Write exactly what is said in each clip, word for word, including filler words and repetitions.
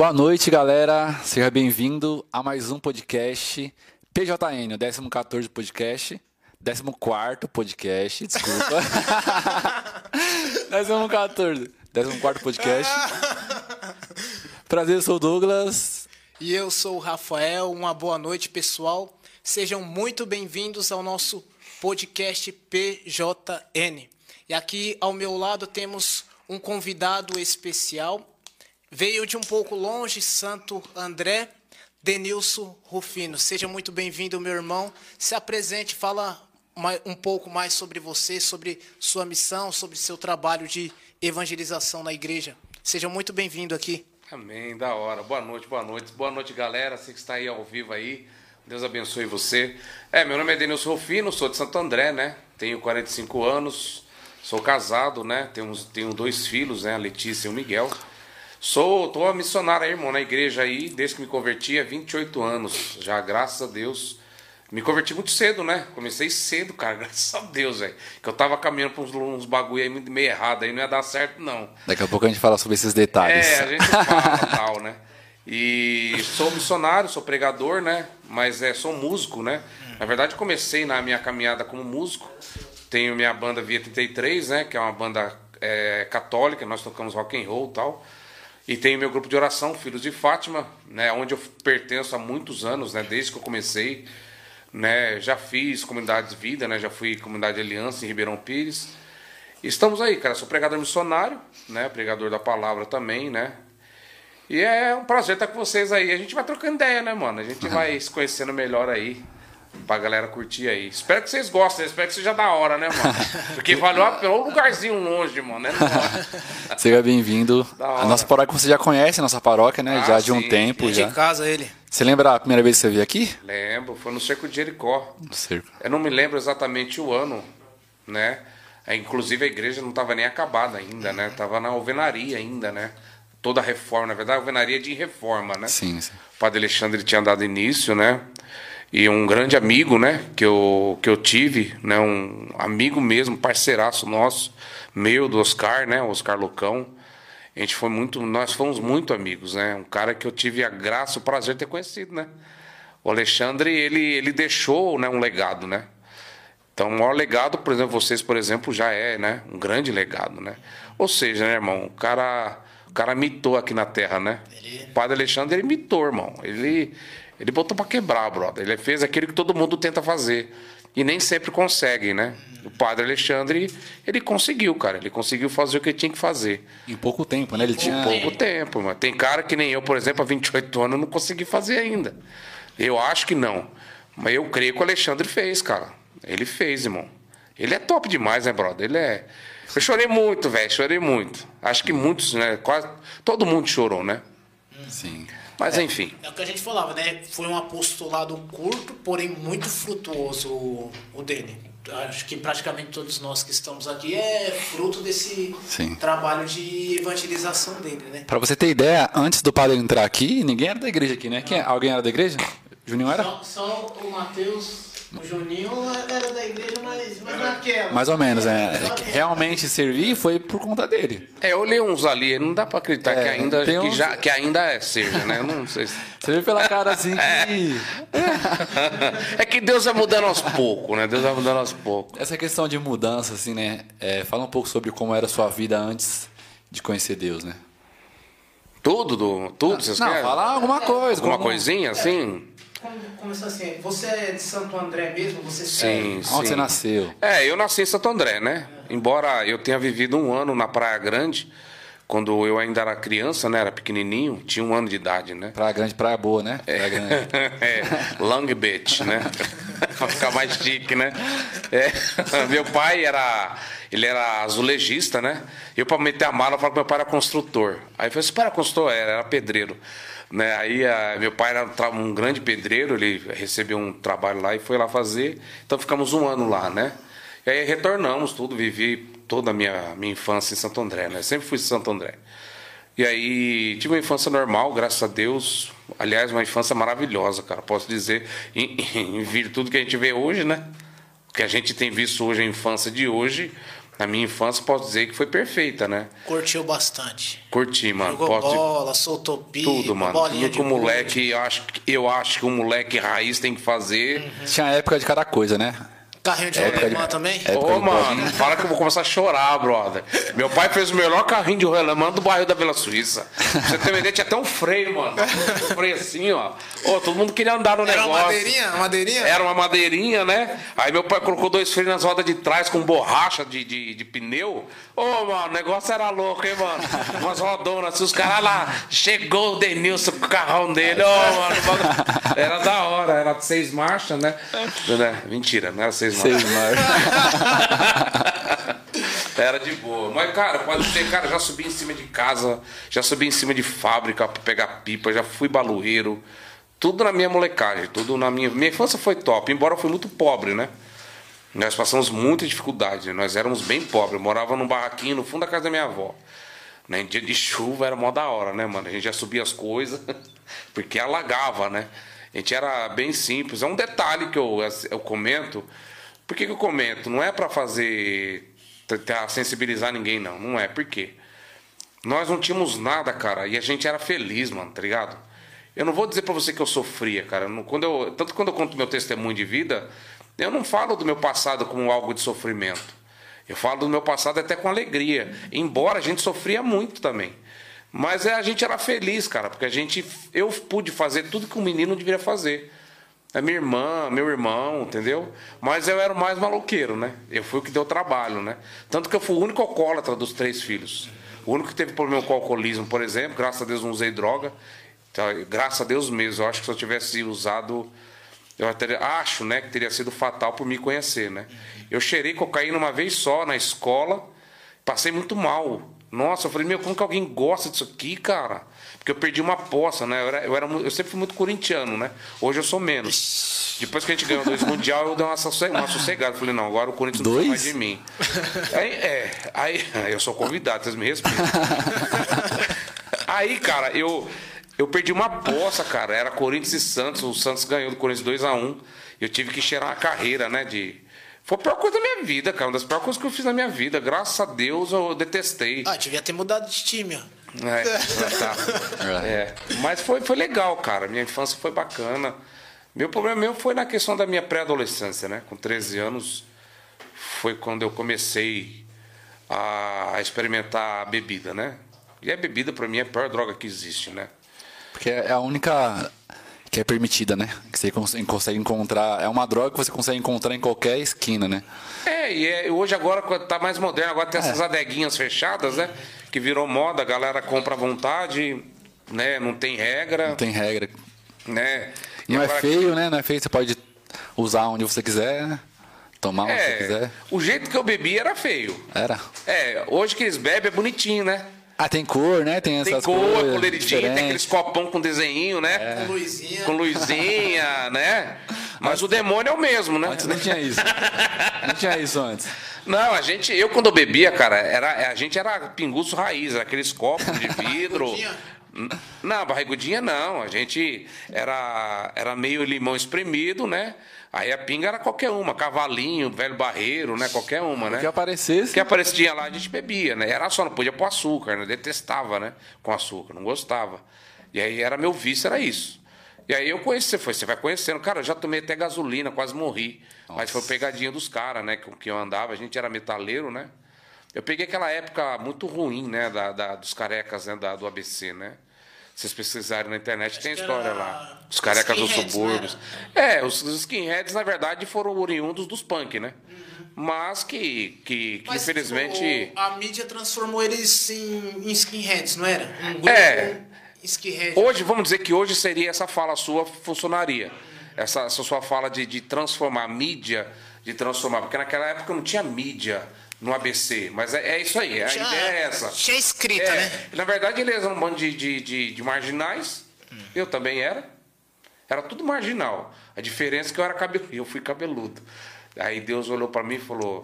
Boa noite, galera. Seja bem-vindo a mais um podcast P J N, o décimo quatorze podcast. décimo quarto podcast, desculpa. décimo quatorze. décimo quarto podcast. Prazer, eu sou o Douglas. E eu sou o Rafael. Uma boa noite, pessoal. Sejam muito bem-vindos ao nosso podcast P J N. E aqui ao meu lado temos um convidado especial. Veio de um pouco longe, Santo André, Denilson Rufino. Seja muito bem-vindo, meu irmão. Se apresente, fala um pouco mais sobre você, sobre sua missão, sobre seu trabalho de evangelização na igreja. Seja muito bem-vindo aqui. Amém, da hora. Boa noite, boa noite. Boa noite, galera. Você que está aí ao vivo aí. Deus abençoe você. É, meu nome é Denilson Rufino, sou de Santo André, né? Tenho quarenta e cinco anos, sou casado, né? Tenho, tenho dois filhos, né? A Letícia e o Miguel. Sou, tô missionário aí, irmão, na igreja aí, desde que me converti há vinte e oito anos. Já, graças a Deus. Me converti muito cedo, né? Comecei cedo, cara, graças a Deus, velho. Que eu tava caminhando por uns, uns bagulho aí meio errado, aí não ia dar certo, não. Daqui a pouco a gente fala sobre esses detalhes. É, a gente fala tal, né? E sou missionário, sou pregador, né? Mas é, sou músico, né? Na verdade, comecei na minha caminhada como músico. Tenho minha banda Via trinta e três, né? Que é uma banda é, católica, nós tocamos rock and roll e tal. E tenho meu grupo de oração, Filhos de Fátima, né, onde eu pertenço há muitos anos, né, desde que eu comecei. Né, já fiz comunidades vida, né, já fui comunidade Aliança em Ribeirão Pires. E estamos aí, cara, sou pregador missionário, né, pregador da palavra também, né. E é um prazer estar com vocês aí. A gente vai trocando ideia, né, mano? A gente vai se conhecendo melhor aí. Pra galera curtir aí. Espero que vocês gostem, espero que seja da hora, né, mano? Porque valeu a pena um lugarzinho longe, mano, né? Seja bem-vindo. A nossa paróquia você já conhece, a nossa paróquia, né? Ah, já de um sim, tempo. Sim. Já. De casa ele. Você lembra a primeira vez que você veio aqui? Lembro, foi no Cerco de Jericó. No cerco. Eu não me lembro exatamente o ano, né? Inclusive a igreja não estava nem acabada ainda, né? Tava na alvenaria ainda, né? Toda a reforma, na verdade, a alvenaria de reforma, né? Sim, sim. O padre Alexandre tinha dado início, né? E um grande amigo, né, que eu, que eu tive, né, um amigo mesmo, parceiraço nosso, meu, do Oscar, né, Oscar Lucão. A gente foi muito, nós fomos muito amigos, né, um cara que eu tive a graça, o prazer de ter conhecido, né. O Alexandre, ele, ele deixou, né, um legado, né. Então, o maior legado, por exemplo, vocês, por exemplo, já é, né, um grande legado, né. Ou seja, né, irmão, o cara, o cara mitou aqui na terra, né. O padre Alexandre, ele mitou, irmão, ele... Ele botou pra quebrar, brother. Ele fez aquilo que todo mundo tenta fazer. E nem sempre consegue, né? O padre Alexandre, ele conseguiu, cara. Ele conseguiu fazer o que ele tinha que fazer. Em pouco tempo, né? Ele tinha... Em pouco tempo, mano. Tem cara que nem eu, por exemplo, há vinte e oito anos, não consegui fazer ainda. Eu acho que não. Mas eu creio que o Alexandre fez, cara. Ele fez, irmão. Ele é top demais, né, brother? Ele é... Eu chorei muito, velho. Chorei muito. Acho que muitos, né? Quase todo mundo chorou, né? Sim. Mas é, enfim. É o que a gente falava, né? Foi um apostolado curto, porém muito frutuoso o, o dele. Acho que praticamente todos nós que estamos aqui é fruto desse Sim. trabalho de evangelização dele, né? Pra você ter ideia, antes do padre entrar aqui, ninguém era da igreja aqui, né? Quem, alguém era da igreja? Juninho era? Só, só o Matheus... O Juninho era da igreja, mas, mas naquela. Mais ou menos, é. Realmente servir foi por conta dele. É, eu olhei uns ali, não dá pra acreditar é, que, ainda, que, uns... já, que ainda é seja, né? Eu não sei se... Você vê pela cara assim que... É. É que Deus vai mudando aos poucos, né? Deus vai mudando aos poucos. Essa questão de mudança, assim, né? É, fala um pouco sobre como era a sua vida antes de conhecer Deus, né? Tudo, do, tudo, vocês não, querem? Não, falar alguma coisa. Alguma como... coisinha, assim... Começou assim, você é de Santo André mesmo? Você sim, sim. Onde você nasceu? É, eu nasci em Santo André, né? É. Embora eu tenha vivido um ano na Praia Grande, quando eu ainda era criança, né? Era pequenininho, tinha um ano de idade, né? Praia Grande, praia boa, né? Praia é. Grande. É, Long Beach, né? Pra ficar mais chique, né? É. Meu pai era... Ele era azulejista, né? Eu, pra meter a mala, eu falava que meu pai era construtor. Aí eu falei, você era construtor? Era, era pedreiro. Né? Aí a, meu pai era um grande pedreiro, ele recebeu um trabalho lá e foi lá fazer. Então ficamos um ano lá, né? E aí retornamos tudo, vivi toda a minha, minha infância em Santo André, né? Sempre fui de Santo André. E aí tive uma infância normal, graças a Deus. Aliás, uma infância maravilhosa, cara. Posso dizer, em, em virtude do que a gente vê hoje, né? O que a gente tem visto hoje, a infância de hoje, Na minha infância, posso dizer que foi perfeita, né? Curtiu bastante. Curti, mano. Jogou Posso bola, soltou pipa, tudo, mano. bolinha Tudo de que o gude. moleque, eu acho, eu acho que o moleque raiz tem que fazer. Uhum. Tinha época de cada coisa, né? Carrinho de Época rolemã de- também? época Ô, de mano, bolinha. fala que eu vou começar a chorar, brother. Meu pai fez o melhor carrinho de rolemã do bairro da Vila Suíça. Pra você ter uma ideia, tinha até um freio, mano. Um freio assim, ó. Ô, todo mundo queria andar no Era negócio. uma madeirinha? Uma madeirinha? Era uma madeirinha, né? Aí meu pai colocou dois freios nas rodas de trás com borracha de, de, de pneu. Ô, mano, o negócio era louco, hein, mano? Umas rodonas assim, os caras lá. Chegou o Denilson com o carrão dele. Ô, mano, o bagulho- era da hora, era de seis marchas, né? Né? Mentira, não era seis marchas. Seis marcas. Era de boa. Mas, cara, pode ser, cara, já subi em cima de casa, já subi em cima de fábrica pra pegar pipa, já fui balueiro. Tudo na minha molecagem, tudo na minha. Minha infância foi top, embora eu fui muito pobre, né? Nós passamos muita dificuldade, né? Nós éramos bem pobres. Eu morava num barraquinho no fundo da casa da minha avó. Né? Em dia de chuva era mó da hora, né, mano? A gente já subia as coisas, porque alagava, né? A gente era bem simples. É um detalhe que eu, eu comento. Por que, que eu comento? Não é pra fazer. Tentar sensibilizar ninguém, não. Não é. Por quê? Nós não tínhamos nada, cara. E a gente era feliz, mano, tá ligado? Eu não vou dizer pra você que eu sofria, cara. Não- Quando eu, tanto que quando eu conto meu testemunho de vida, eu não falo do meu passado como algo de sofrimento. Eu falo do meu passado até com alegria. Embora a gente sofria muito também. Mas é, a gente era feliz, cara. Porque a gente, eu pude fazer tudo que um menino deveria fazer. A minha irmã, meu irmão, entendeu? Mas eu era o mais maloqueiro, né? Eu fui o que deu trabalho, né? Tanto que eu fui o único alcoólatra dos três filhos. O único que teve problema com o alcoolismo, por exemplo. Graças a Deus não usei droga. Então, graças a Deus mesmo. Eu acho que se eu tivesse usado... Eu teria, acho, né, que teria sido fatal por me conhecer, né? Eu cheirei cocaína uma vez só na escola. Passei muito mal. Nossa, eu falei, meu, como que alguém gosta disso aqui, cara? Porque eu perdi uma aposta, né? Eu, era, eu, era, mu- eu sempre fui muito corintiano, né? Hoje eu sou menos. Depois que a gente ganhou dois mundial, eu dei uma, sosse- uma sossegada. Falei, não, agora o Corinthians não Dois? precisa mais de mim. Aí, é, aí, eu sou convidado, vocês me respeitam. Aí, cara, eu, eu perdi uma aposta, cara. Era Corinthians e Santos. O Santos ganhou do Corinthians dois a um. Eu tive que cheirar a carreira, né? De... Foi a pior coisa da minha vida, cara. Uma das piores coisas que eu fiz na minha vida. Graças a Deus eu detestei. Ah, devia ter mudado de time, ó. É, tá. É. Mas foi, foi legal, cara. Minha infância foi bacana. Meu problema meu foi na questão da minha pré-adolescência, né? Com treze anos foi quando eu comecei a experimentar a bebida, né? E a bebida, pra mim, é a pior droga que existe, né? Porque é a única que é permitida, né? Que você cons- consegue encontrar. É uma droga que você consegue encontrar em qualquer esquina, né? É, e é, hoje agora tá mais moderno, agora tem essas adeguinhas fechadas, né? Que virou moda, a galera compra à vontade, né? Não tem regra, Não tem regra. né? E Não é agora- feio, né? Não é feio, você pode usar onde você quiser, né? Tomar onde você É, quiser. o jeito que eu bebi era feio. Era. É, hoje que eles bebem é bonitinho, né? Ah, tem cor, né? Tem Tem essas cor, coisas coloridinho, tem diferentes. aqueles copão com desenho, né? Com luzinha. Com luzinha, né? Mas o demônio é o mesmo, né? Antes não tinha isso. Não tinha isso antes. Não, a gente, eu quando eu bebia, cara, era, a gente era pinguço raiz, era aqueles copos de vidro. Barrigudinha? Não, barrigudinha não. A gente era, era meio limão espremido, né? Aí a pinga era qualquer uma, cavalinho, velho barreiro, né? Qualquer uma, né? O que aparecesse. O que aparecia lá a gente bebia, né? Era só, não podia pôr açúcar, né? Detestava, né? Com açúcar, não gostava. E aí era meu vício, era isso. E aí eu conheci, foi, você vai conhecendo. Cara, eu já tomei até gasolina, quase morri. Mas foi pegadinha dos caras, né? Com que eu andava, a gente era metaleiro, né? Eu peguei aquela época muito ruim, né? Da, da- dos carecas, né? Da, do A B C, né? Se vocês pesquisarem na internet, tem que história era lá. Os carecas dos skinheads, subúrbios. É, os, os skinheads, na verdade, foram oriundos dos punk, né? Mas que, que, que Mas, infelizmente... tipo, a mídia transformou eles em, em skinheads, não era? Um grupo É. skinhead. Hoje, vamos dizer que hoje seria essa fala sua funcionaria. Essa, essa sua fala de, de transformar a mídia, de transformar. Porque naquela época não tinha mídia no A B C. Mas é, é isso aí, a Tinha- ideia é essa. Tinha escrita, É, né? na verdade, eles eram um bando de, de, de, de marginais. Eu também era. Era tudo marginal. A diferença é que eu era cabeludo. Eu fui cabeludo. Aí Deus olhou para mim e falou: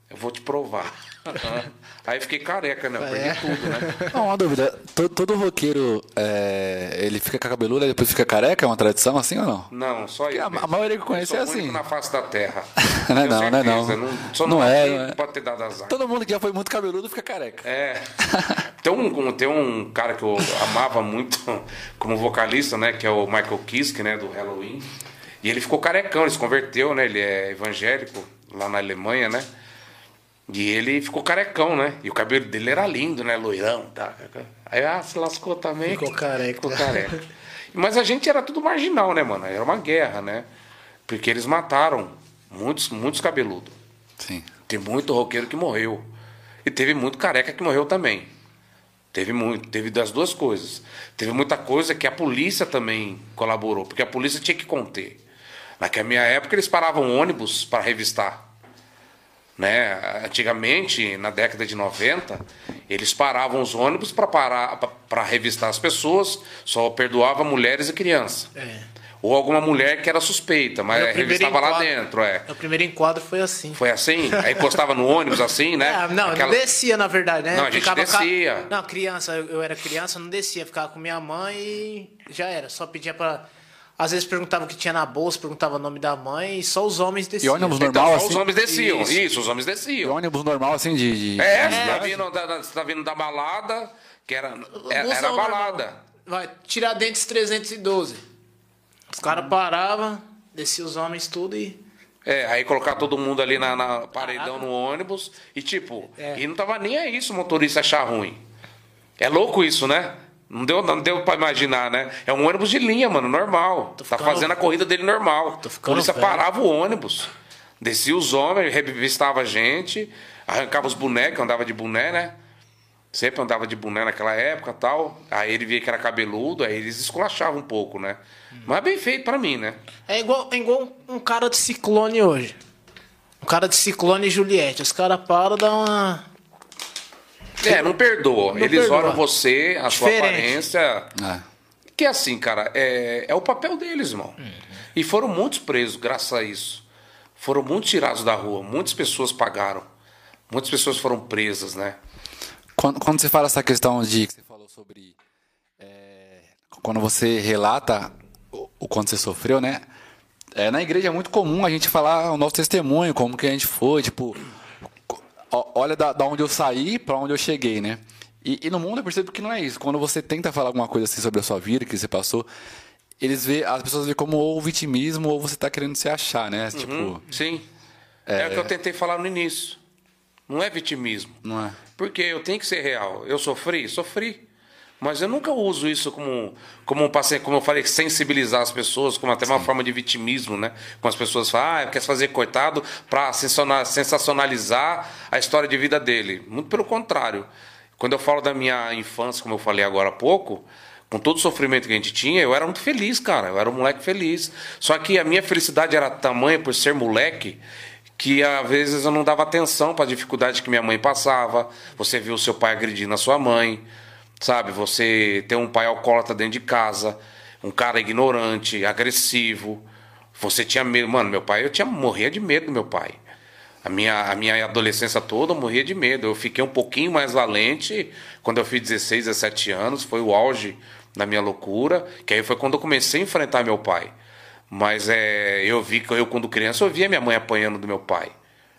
Eu vou te provar. Aí fiquei careca, né? Eu perdi É. tudo, né? Não, uma dúvida. Todo, todo roqueiro, é, ele fica com a cabeluda e depois fica careca? É uma tradição assim ou não? Não, só eu. A, mesmo. a maioria que eu conheço Eu é sou o único assim. na face da terra. Não é Tenho não, não é não. certeza. Só Não não é, aqui não é. pode ter dado azar. Todo mundo que já foi muito cabeludo fica careca. É. Tem um, tem um cara que eu amava muito como vocalista, né? Que é o Michael Kiske, né? Do Halloween. E ele ficou carecão, ele se converteu, né? Ele é evangélico lá na Alemanha, né? E ele ficou carecão, né? E o cabelo dele era lindo, né? Loirão, tá? Aí, ah, se lascou também. Ficou careca. Ficou careca. Mas a gente era tudo marginal, né, mano? Era uma guerra, né? Porque eles mataram muitos, muitos cabeludos. Sim. Tem muito roqueiro que morreu. E teve muito careca que morreu também. Teve muito, teve das duas coisas. Teve muita coisa que a polícia também colaborou, porque a polícia tinha que conter. Naquela minha época eles paravam ônibus para revistar. Né? Antigamente, na década de noventa, eles paravam os ônibus para parar para revistar as pessoas, só perdoava mulheres e crianças. É. Ou alguma mulher que era suspeita, mas Meu primeiro revistava lá enquadro- dentro, é. O primeiro enquadro foi assim. Foi assim? Aí encostava no ônibus assim, né? É, não, Aquela- não descia, na verdade, né? Não, a gente Ficava com descia. Não, criança, eu eu era criança, não descia, ficava com minha mãe e já era. Só pedia pra. Às vezes perguntava o que tinha na bolsa, perguntava o nome da mãe e só os homens desciam. ônibus Então, normal, só os assim? homens desciam. Isso, Isso. os homens E desciam. ônibus normal assim de... de... É, de você tá viagem? vindo da, da- você tá vindo da balada, que era, O era, busão era normal. balada. Vai, Tiradentes trezentos e doze. Os caras paravam, desciam os homens tudo e. É, aí colocar todo mundo ali na, na paredão no ônibus e tipo, É. e não tava nem aí se o motorista achar ruim. É louco isso, né? Não deu, não deu pra imaginar, né? É um ônibus de linha, mano, normal. Tá ficando- fazendo a corrida dele normal. Tô A ficando polícia velho. parava o ônibus. Descia os homens, revistava a gente, arrancava os bonecos, andava de boné, né? Sempre andava de boné naquela época e tal. Aí ele via que era cabeludo, aí eles esculachavam um pouco, né? Mas bem feito pra mim, né? É igual, é igual um cara de Ciclone hoje. Um cara de Ciclone e Juliette. Os caras param, dão uma. É, não perdoa. Não Eles perdoa. olham você, a sua Diferente. aparência. É. Que é assim, cara, é, é o papel deles, irmão. E foram muitos presos graças a isso. Foram muitos tirados da rua. Muitas pessoas pagaram. Muitas pessoas foram presas, né? Quando, quando você fala essa questão de que você falou sobre é, quando você relata o, o quanto você sofreu, né? É, na igreja é muito comum a gente falar o nosso testemunho, como que a gente foi, tipo, ó, olha da, da onde eu saí para onde eu cheguei, né? E, e no mundo eu percebo que não é isso. Quando você tenta falar alguma coisa assim sobre a sua vida, que você passou, eles vê, as pessoas veem como ou vitimismo ou você tá querendo se achar, né? Tipo, Uhum, sim. É... o que eu tentei falar no início. Não é vitimismo. não é? Porque eu tenho que ser real. Eu sofri? Sofri. Mas eu nunca uso isso como, como um paciente, como eu falei, sensibilizar as pessoas, como até uma forma de vitimismo, né? Como as pessoas falam, ah, quer fazer coitado para sensacionalizar a história de vida dele. Muito pelo contrário. Quando eu falo da minha infância, como eu falei agora há pouco, com todo o sofrimento que a gente tinha, eu era muito feliz, cara. Eu era um moleque feliz. Só que a minha felicidade era tamanha por ser moleque, que às vezes eu não dava atenção para a dificuldade que minha mãe passava. Você viu o seu pai agredindo a sua mãe, sabe? Você tem um pai alcoólatra dentro de casa, um cara ignorante, agressivo. Você tinha medo. Mano, meu pai, eu tinha, morria de medo do meu pai. A minha, a minha adolescência toda eu morria de medo. Eu fiquei um pouquinho mais valente quando eu fiz dezesseis, dezessete anos. Foi o auge da minha loucura. Que aí foi quando eu comecei a enfrentar meu pai. Mas é, eu vi que eu, quando criança, eu via minha mãe apanhando do meu pai.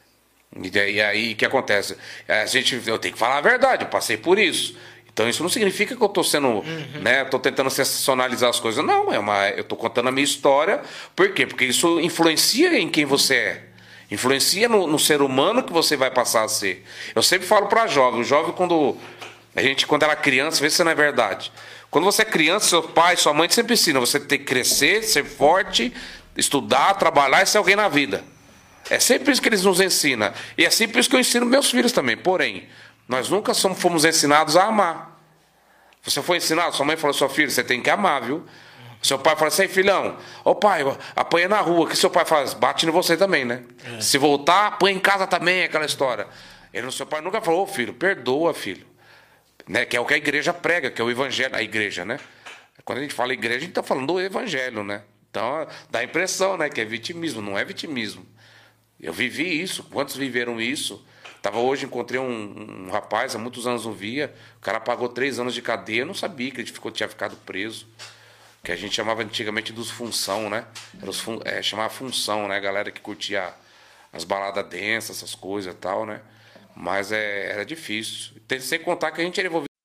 E, e aí, o que acontece? A gente, eu tenho que falar a verdade, eu passei por isso. Então, isso não significa que eu estou sendo, uhum. né, tô tentando sensacionalizar as coisas. Não, é uma, eu estou contando a minha história. Por quê? Porque isso influencia em quem você é. Influencia no, no ser humano que você vai passar a ser. Eu sempre falo para jovem, o jovem quando a gente quando era criança, vê se não é verdade. Quando você é criança, seu pai, sua mãe sempre ensina, você tem que crescer, ser forte, estudar, trabalhar e ser alguém na vida. É sempre isso que eles nos ensinam. E é sempre isso que eu ensino meus filhos também. Porém, nós nunca somos, fomos ensinados a amar. Você foi ensinado, sua mãe falou, seu filho, você tem que amar, viu? Seu pai fala assim, filhão, ô pai, apanha na rua. O que seu pai faz? Bate em você também, né? É. Se voltar, apanha em casa também, aquela história. Ele, seu pai nunca falou, ô filho, perdoa, filho. Né? Que é o que a igreja prega, que é o evangelho, a igreja, né? Quando a gente fala igreja, a gente está falando do evangelho, né? Então, dá a impressão, né, que é vitimismo. Não é vitimismo. Eu vivi isso. Quantos viveram isso? Tava hoje, encontrei um, um rapaz, há muitos anos não via. O cara pagou três anos de cadeia, eu não sabia que ele ficou, tinha ficado preso. Que a gente chamava antigamente dos função, né? Era os fun, é, chamava função, né? A galera que curtia as baladas densas, essas coisas e tal, né? Mas é, era difícil. Tem, sem contar que a gente era envolvido